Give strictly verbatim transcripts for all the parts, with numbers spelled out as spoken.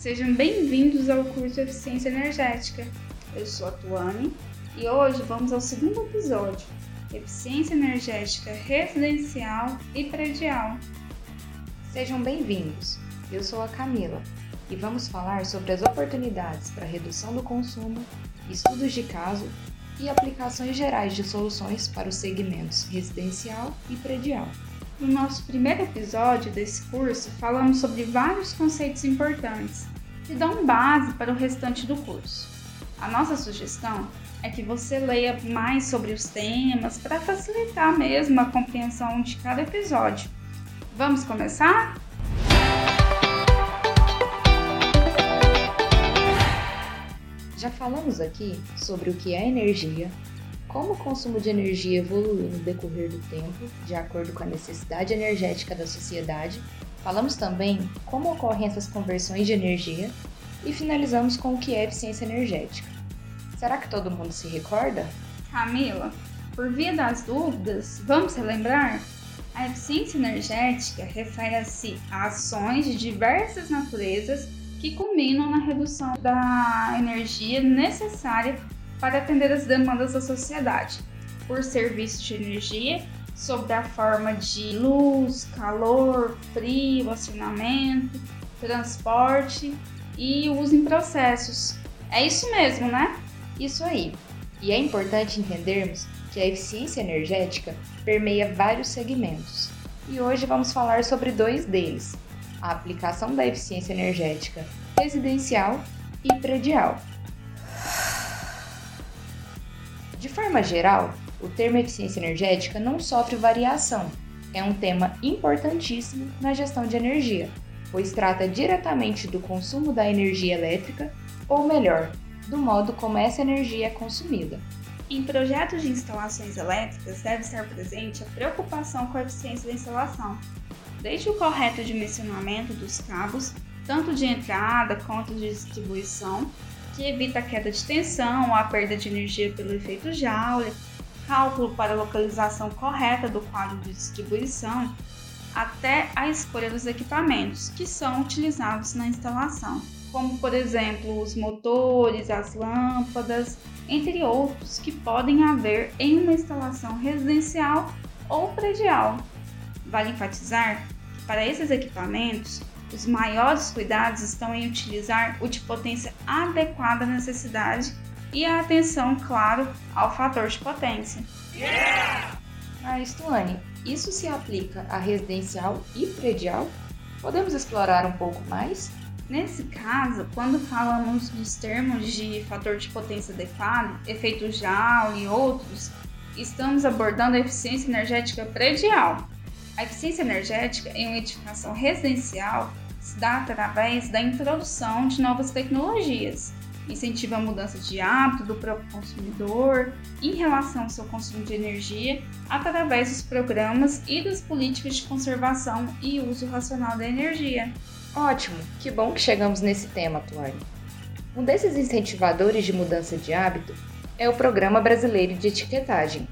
Sejam bem-vindos ao curso Eficiência Energética. Eu sou a Tuane e hoje vamos ao segundo episódio, Eficiência Energética Residencial e Predial. Sejam bem-vindos, eu sou a Camila e vamos falar sobre as oportunidades para redução do consumo, estudos de caso e aplicações gerais de soluções para os segmentos residencial e predial. No nosso primeiro episódio desse curso, falamos sobre vários conceitos importantes que dão base para o restante do curso. A nossa sugestão é que você leia mais sobre os temas para facilitar mesmo a compreensão de cada episódio. Vamos começar? Já falamos aqui sobre o que é energia, como o consumo de energia evoluiu no decorrer do tempo, de acordo com a necessidade energética da sociedade. Falamos também como ocorrem essas conversões de energia e finalizamos com o que é eficiência energética. Será que todo mundo se recorda? Camila, por via das dúvidas, vamos relembrar? A eficiência energética refere-se a ações de diversas naturezas que culminam na redução da energia necessária para atender as demandas da sociedade, por serviços de energia, sob a forma de luz, calor, frio, acionamento, transporte e uso em processos. É isso mesmo, né? Isso aí. E é importante entendermos que a eficiência energética permeia vários segmentos. E hoje vamos falar sobre dois deles: a aplicação da eficiência energética residencial e predial. De forma geral, o termo eficiência energética não sofre variação. É um tema importantíssimo na gestão de energia, pois trata diretamente do consumo da energia elétrica, ou melhor, do modo como essa energia é consumida. Em projetos de instalações elétricas deve estar presente a preocupação com a eficiência da instalação, desde o correto dimensionamento dos cabos, tanto de entrada quanto de distribuição, que evita a queda de tensão ou a perda de energia pelo efeito Joule, cálculo para a localização correta do quadro de distribuição, até a escolha dos equipamentos que são utilizados na instalação, como por exemplo os motores, as lâmpadas, entre outros que podem haver em uma instalação residencial ou predial. Vale enfatizar que para esses equipamentos, os maiores cuidados estão em utilizar o de potência adequada à necessidade e a atenção, claro, ao fator de potência. Yeah! Mas, Tuane, isso se aplica a residencial e predial? Podemos explorar um pouco mais? Nesse caso, quando falamos dos termos de fator de potência adequado, efeito Joule e outros, estamos abordando a eficiência energética predial. A eficiência energética em uma edificação residencial se dá através da introdução de novas tecnologias, incentiva a mudança de hábito do próprio consumidor em relação ao seu consumo de energia através dos programas e das políticas de conservação e uso racional da energia. Ótimo! Que bom que chegamos nesse tema, Tuane. Um desses incentivadores de mudança de hábito é o Programa Brasileiro de Etiquetagem.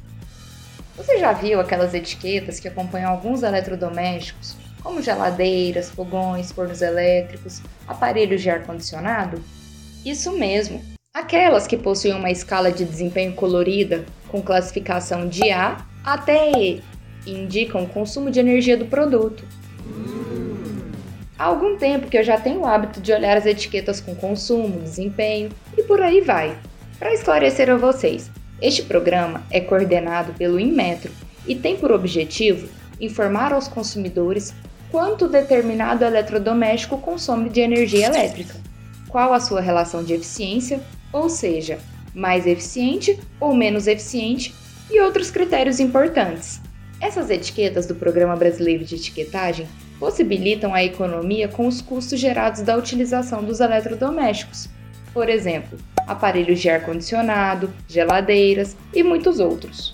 Você já viu aquelas etiquetas que acompanham alguns eletrodomésticos, como geladeiras, fogões, fornos elétricos, aparelhos de ar-condicionado? Isso mesmo, aquelas que possuem uma escala de desempenho colorida com classificação de A até E e indicam o consumo de energia do produto. Há algum tempo que eu já tenho o hábito de olhar as etiquetas com consumo, desempenho e por aí vai. Para esclarecer a vocês, este programa é coordenado pelo Inmetro e tem por objetivo informar aos consumidores quanto determinado eletrodoméstico consome de energia elétrica, qual a sua relação de eficiência, ou seja, mais eficiente ou menos eficiente, e outros critérios importantes. Essas etiquetas do Programa Brasileiro de Etiquetagem possibilitam a economia com os custos gerados da utilização dos eletrodomésticos, por exemplo, aparelhos de ar-condicionado, geladeiras e muitos outros.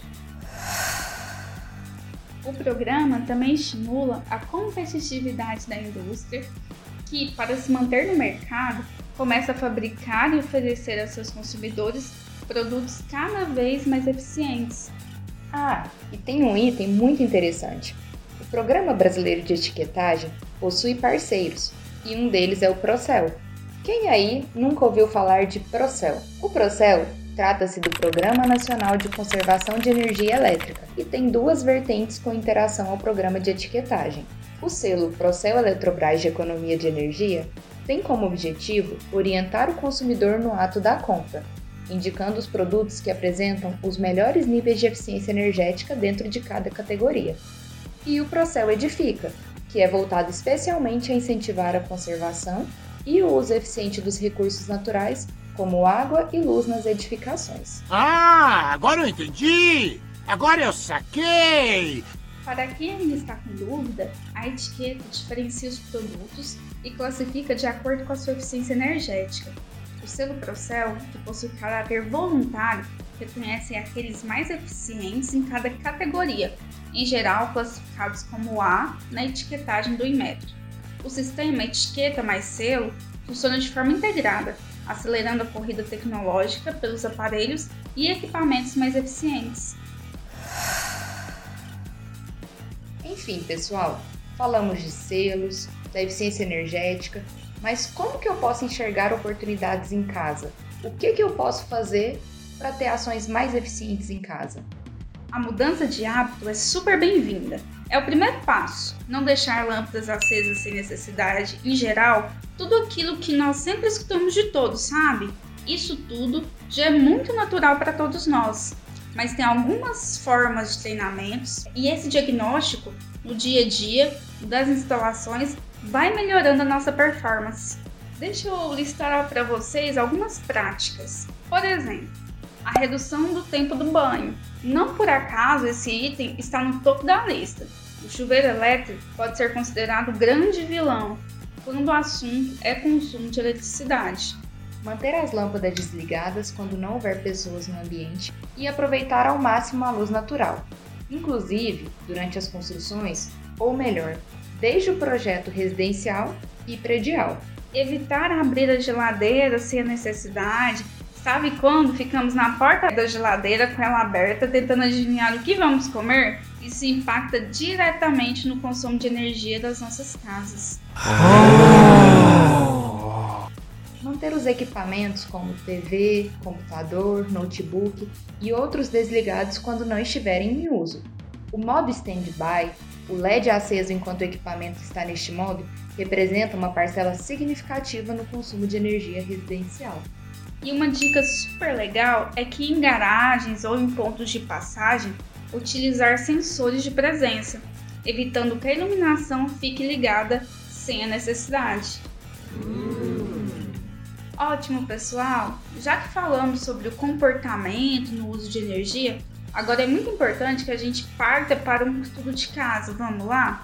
O programa também estimula a competitividade da indústria, que, para se manter no mercado, começa a fabricar e oferecer a seus consumidores produtos cada vez mais eficientes. Ah, e tem um item muito interessante. O Programa Brasileiro de Etiquetagem possui parceiros, e um deles é o Procel. Quem aí nunca ouviu falar de Procel? O Procel trata-se do Programa Nacional de Conservação de Energia Elétrica e tem duas vertentes com interação ao programa de etiquetagem. O selo Procel Eletrobras de Economia de Energia tem como objetivo orientar o consumidor no ato da compra, indicando os produtos que apresentam os melhores níveis de eficiência energética dentro de cada categoria. E o Procel Edifica, que é voltado especialmente a incentivar a conservação e o uso eficiente dos recursos naturais, como água e luz nas edificações. Ah, agora eu entendi! Agora eu saquei! Para quem ainda está com dúvida, a etiqueta diferencia os produtos e classifica de acordo com a sua eficiência energética. O selo Procel, que possui caráter voluntário, reconhece aqueles mais eficientes em cada categoria, em geral classificados como A na etiquetagem do Inmetro. O sistema etiqueta mais selo funciona de forma integrada, acelerando a corrida tecnológica pelos aparelhos e equipamentos mais eficientes. Enfim, pessoal, falamos de selos, da eficiência energética, mas como que eu posso enxergar oportunidades em casa? O que que eu posso fazer para ter ações mais eficientes em casa? A mudança de hábito é super bem-vinda. É o primeiro passo, não deixar lâmpadas acesas sem necessidade, em geral, tudo aquilo que nós sempre escutamos de todos, sabe? Isso tudo já é muito natural para todos nós, mas tem algumas formas de treinamentos e esse diagnóstico no dia a dia das instalações vai melhorando a nossa performance. Deixa eu listar para vocês algumas práticas. Por exemplo, a redução do tempo do banho. Não por acaso esse item está no topo da lista. O chuveiro elétrico pode ser considerado grande vilão quando o assunto é consumo de eletricidade. Manter as lâmpadas desligadas quando não houver pessoas no ambiente e aproveitar ao máximo a luz natural, inclusive durante as construções, ou melhor, desde o projeto residencial e predial. Evitar abrir a geladeira sem a necessidade. Sabe quando ficamos na porta da geladeira com ela aberta tentando adivinhar o que vamos comer? Isso impacta diretamente no consumo de energia das nossas casas. Oh! Manter os equipamentos como T V, computador, notebook e outros desligados quando não estiverem em uso. O modo Standby, o L E D aceso enquanto o equipamento está neste modo, representa uma parcela significativa no consumo de energia residencial. E uma dica super legal é que em garagens ou em pontos de passagem, utilizar sensores de presença, evitando que a iluminação fique ligada sem a necessidade. Hum. Ótimo, pessoal! Já que falamos sobre o comportamento no uso de energia, agora é muito importante que a gente parta para um estudo de caso. Vamos lá?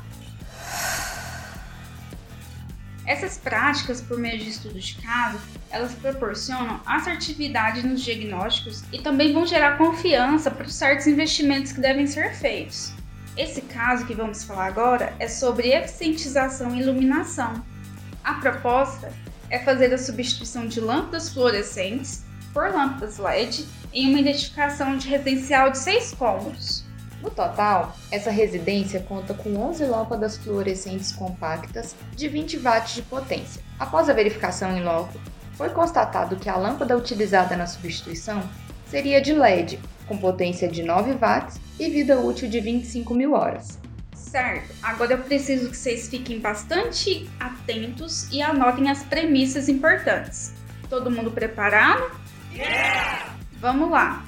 Essas práticas, por meio de estudos de caso, elas proporcionam assertividade nos diagnósticos e também vão gerar confiança para os certos investimentos que devem ser feitos. Esse caso que vamos falar agora é sobre eficientização e iluminação. A proposta é fazer a substituição de lâmpadas fluorescentes por lâmpadas L E D em uma edificação de residencial de seis cômodos. No total, essa residência conta com onze lâmpadas fluorescentes compactas de vinte watts de potência. Após a verificação em loco, foi constatado que a lâmpada utilizada na substituição seria de L E D, com potência de nove watts e vida útil de vinte e cinco mil horas. Certo, agora eu preciso que vocês fiquem bastante atentos e anotem as premissas importantes. Todo mundo preparado? Yeah! Vamos lá!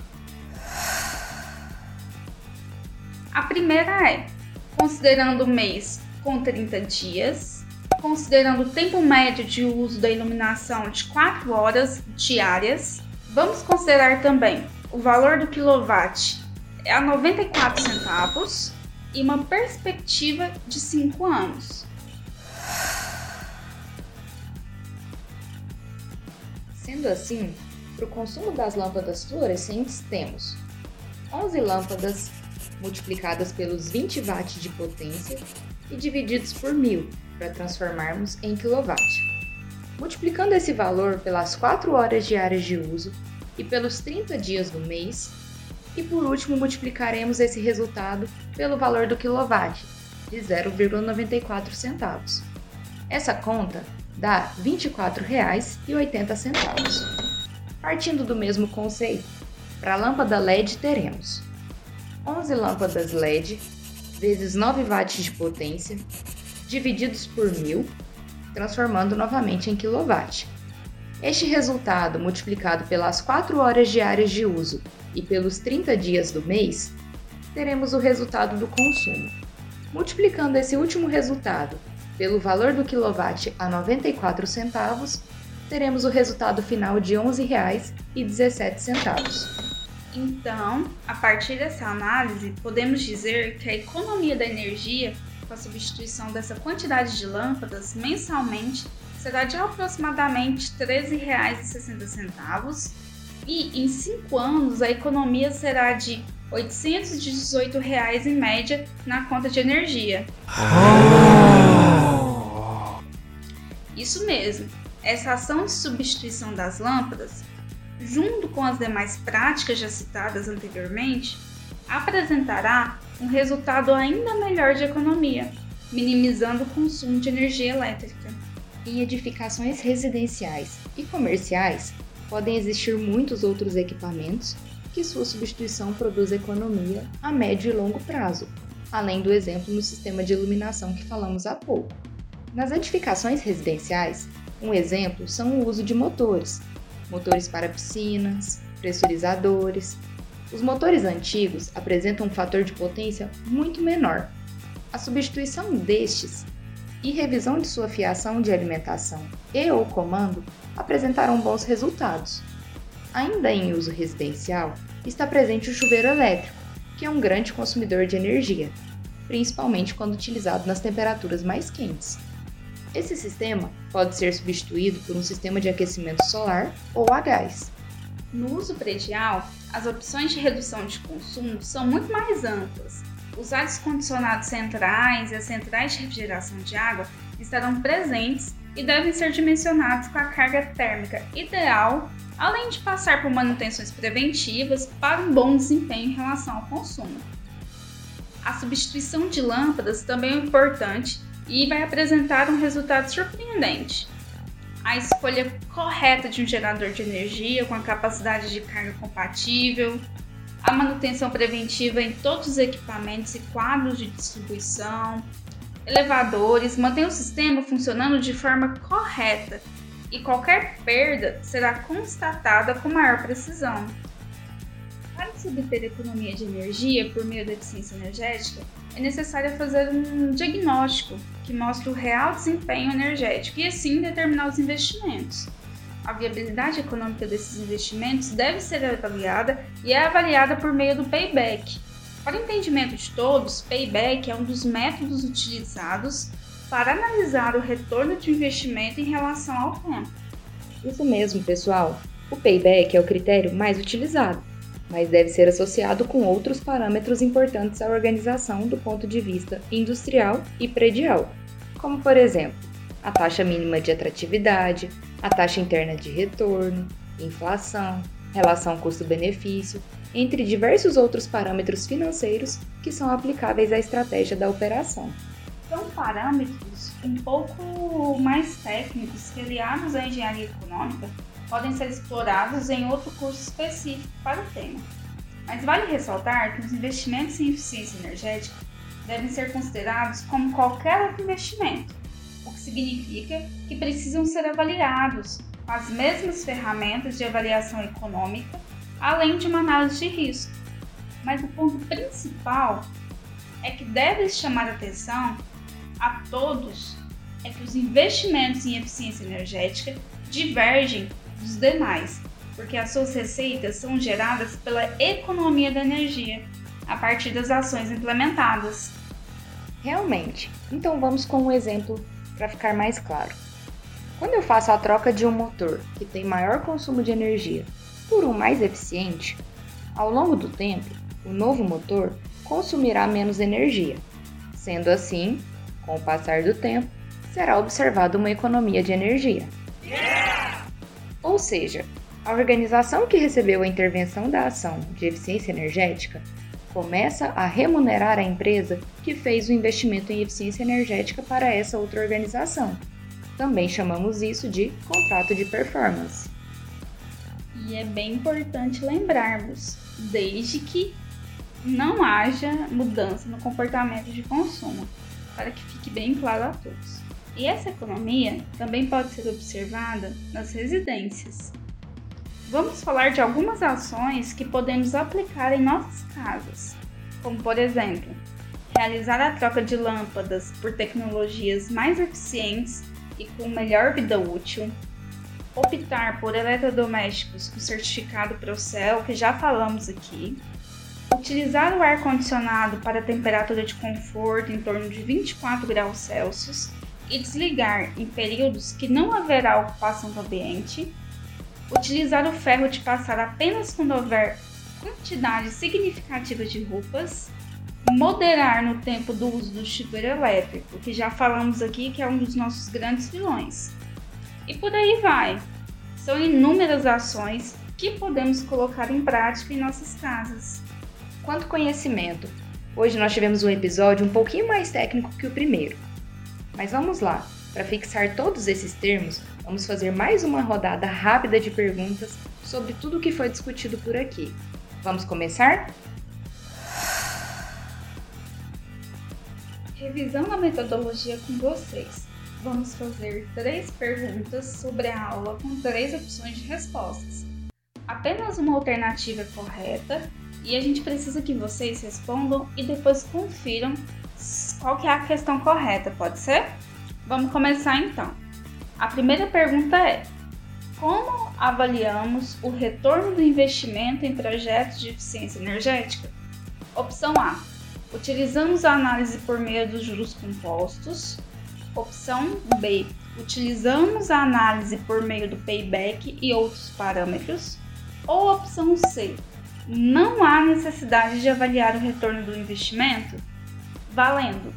A primeira é, considerando o mês com trinta dias, considerando o tempo médio de uso da iluminação de quatro horas diárias, vamos considerar também o valor do quilowatt a noventa e quatro centavos e uma perspectiva de cinco anos. Sendo assim, para o consumo das lâmpadas fluorescentes temos onze lâmpadas multiplicadas pelos vinte watts de potência e divididos por mil para transformarmos em quilowatt. Multiplicando esse valor pelas quatro horas diárias de uso e pelos trinta dias do mês, e por último multiplicaremos esse resultado pelo valor do quilowatt, de zero vírgula noventa e quatro centavos. Essa conta dá vinte e quatro reais e oitenta centavos. Partindo do mesmo conceito, para a lâmpada L E D teremos onze lâmpadas L E D vezes nove watts de potência, divididos por mil, transformando novamente em quilowatt. Este resultado, multiplicado pelas quatro horas diárias de uso e pelos trinta dias do mês, teremos o resultado do consumo. Multiplicando esse último resultado pelo valor do quilowatt a noventa e quatro centavos, teremos o resultado final de onze reais e dezessete centavos. Então, a partir dessa análise, podemos dizer que a economia da energia, com a substituição dessa quantidade de lâmpadas mensalmente, será de aproximadamente treze reais e sessenta centavos e, em cinco anos, a economia será de oitocentos e dezoito reais em média na conta de energia. Oh! Isso mesmo, essa ação de substituição das lâmpadas, junto com as demais práticas já citadas anteriormente, apresentará um resultado ainda melhor de economia, minimizando o consumo de energia elétrica. Em edificações residenciais e comerciais, podem existir muitos outros equipamentos que sua substituição produz economia a médio e longo prazo, além do exemplo no sistema de iluminação que falamos há pouco. Nas edificações residenciais, um exemplo são o uso de motores, motores para piscinas, pressurizadores. Os motores antigos apresentam um fator de potência muito menor. A substituição destes e revisão de sua fiação de alimentação e ou comando apresentarão bons resultados. Ainda em uso residencial, está presente o chuveiro elétrico, que é um grande consumidor de energia, principalmente quando utilizado nas temperaturas mais quentes. Esse sistema pode ser substituído por um sistema de aquecimento solar ou a gás. No uso predial, as opções de redução de consumo são muito mais amplas. Os ares condicionados centrais e as centrais de refrigeração de água estarão presentes e devem ser dimensionados com a carga térmica ideal, além de passar por manutenções preventivas para um bom desempenho em relação ao consumo. A substituição de lâmpadas também é importante e vai apresentar um resultado surpreendente. A escolha correta de um gerador de energia com a capacidade de carga compatível, a manutenção preventiva em todos os equipamentos e quadros de distribuição, elevadores, mantém o sistema funcionando de forma correta e qualquer perda será constatada com maior precisão. Para se obter economia de energia por meio da eficiência energética, é necessário fazer um diagnóstico que mostre o real desempenho energético e assim determinar os investimentos. A viabilidade econômica desses investimentos deve ser avaliada e é avaliada por meio do payback. Para o entendimento de todos, payback é um dos métodos utilizados para analisar o retorno de investimento em relação ao tempo. Isso mesmo, pessoal. O payback é o critério mais utilizado, mas deve ser associado com outros parâmetros importantes à organização do ponto de vista industrial e predial, como, por exemplo, a taxa mínima de atratividade, a taxa interna de retorno, inflação, relação custo-benefício, entre diversos outros parâmetros financeiros que são aplicáveis à estratégia da operação. São parâmetros um pouco mais técnicos que, aliados à engenharia econômica, podem ser explorados em outro curso específico para o tema. Mas vale ressaltar que os investimentos em eficiência energética devem ser considerados como qualquer outro investimento, o que significa que precisam ser avaliados com as mesmas ferramentas de avaliação econômica, além de uma análise de risco. Mas o ponto principal é que deve chamar a atenção a todos é que os investimentos em eficiência energética divergem dos demais, porque as suas receitas são geradas pela economia da energia, a partir das ações implementadas. Realmente. Então vamos com um exemplo para ficar mais claro. Quando eu faço a troca de um motor que tem maior consumo de energia por um mais eficiente, ao longo do tempo, o novo motor consumirá menos energia. Sendo assim, com o passar do tempo, será observada uma economia de energia. Yeah! Ou seja, a organização que recebeu a intervenção da ação de eficiência energética começa a remunerar a empresa que fez o investimento em eficiência energética para essa outra organização. Também chamamos isso de contrato de performance. E é bem importante lembrarmos, desde que não haja mudança no comportamento de consumo, para que fique bem claro a todos. E essa economia também pode ser observada nas residências. Vamos falar de algumas ações que podemos aplicar em nossas casas, como por exemplo, realizar a troca de lâmpadas por tecnologias mais eficientes e com melhor vida útil, optar por eletrodomésticos com certificado Procel, que já falamos aqui, utilizar o ar-condicionado para temperatura de conforto em torno de vinte e quatro graus Celsius e desligar em períodos que não haverá ocupação do ambiente, utilizar o ferro de passar apenas quando houver quantidade significativa de roupas, moderar no tempo do uso do chuveiro elétrico, que já falamos aqui que é um dos nossos grandes vilões. E por aí vai. São inúmeras ações que podemos colocar em prática em nossas casas. Quanto conhecimento, hoje nós tivemos um episódio um pouquinho mais técnico que o primeiro. Mas vamos lá, para fixar todos esses termos, vamos fazer mais uma rodada rápida de perguntas sobre tudo o que foi discutido por aqui. Vamos começar? Revisando a metodologia com vocês, vamos fazer três perguntas sobre a aula com três opções de respostas. Apenas uma alternativa é correta e a gente precisa que vocês respondam e depois confiram qual que é a questão correta, pode ser? Vamos começar então. A primeira pergunta é: como avaliamos o retorno do investimento em projetos de eficiência energética? Opção A: utilizamos a análise por meio dos juros compostos. Opção B: utilizamos a análise por meio do payback e outros parâmetros. Ou opção C: não há necessidade de avaliar o retorno do investimento? Valendo!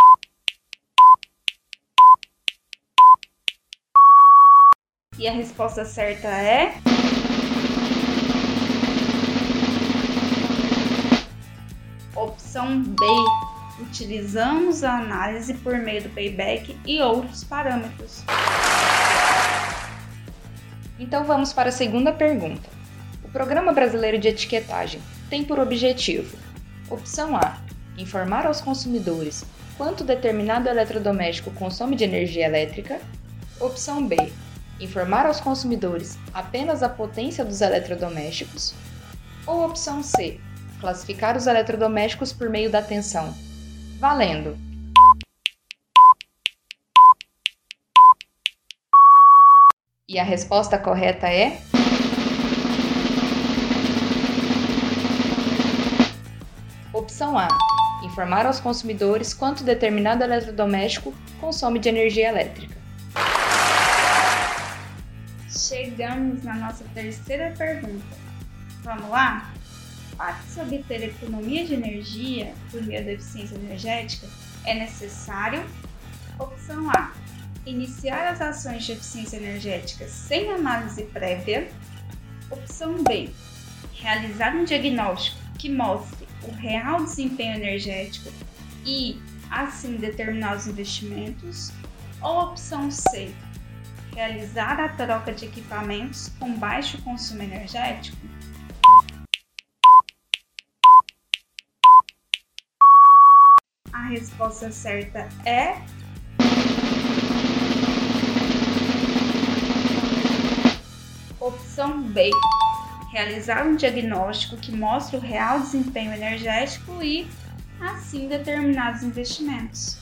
E a resposta certa é... Opção B. Utilizamos a análise por meio do payback e outros parâmetros. Então vamos para a segunda pergunta. O Programa Brasileiro de Etiquetagem tem por objetivo: opção A, informar aos consumidores quanto determinado eletrodoméstico consome de energia elétrica. Opção B, informar aos consumidores apenas a potência dos eletrodomésticos. Ou opção C, classificar os eletrodomésticos por meio da tensão. Valendo! E a resposta correta é... Opção A, informar aos consumidores quanto determinado eletrodoméstico consome de energia elétrica. Chegamos na nossa terceira pergunta. Vamos lá? Para se obter economia de energia por meio da eficiência energética, é necessário: opção A, iniciar as ações de eficiência energética sem análise prévia. Opção B, realizar um diagnóstico que mostre o real desempenho energético e, assim, determinar os investimentos. Ou opção C, realizar a troca de equipamentos com baixo consumo energético. A resposta certa é... Opção B, realizar um diagnóstico que mostre o real desempenho energético e, assim, determinar os investimentos.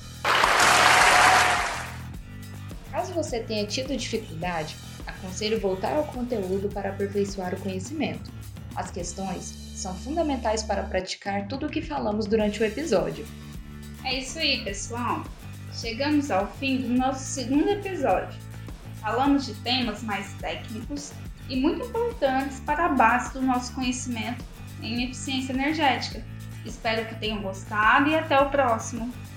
Caso você tenha tido dificuldade, aconselho voltar ao conteúdo para aperfeiçoar o conhecimento. As questões são fundamentais para praticar tudo o que falamos durante o episódio. É isso aí, pessoal! Chegamos ao fim do nosso segundo episódio. Falamos de temas mais técnicos e muito importantes para a base do nosso conhecimento em eficiência energética. Espero que tenham gostado e até o próximo!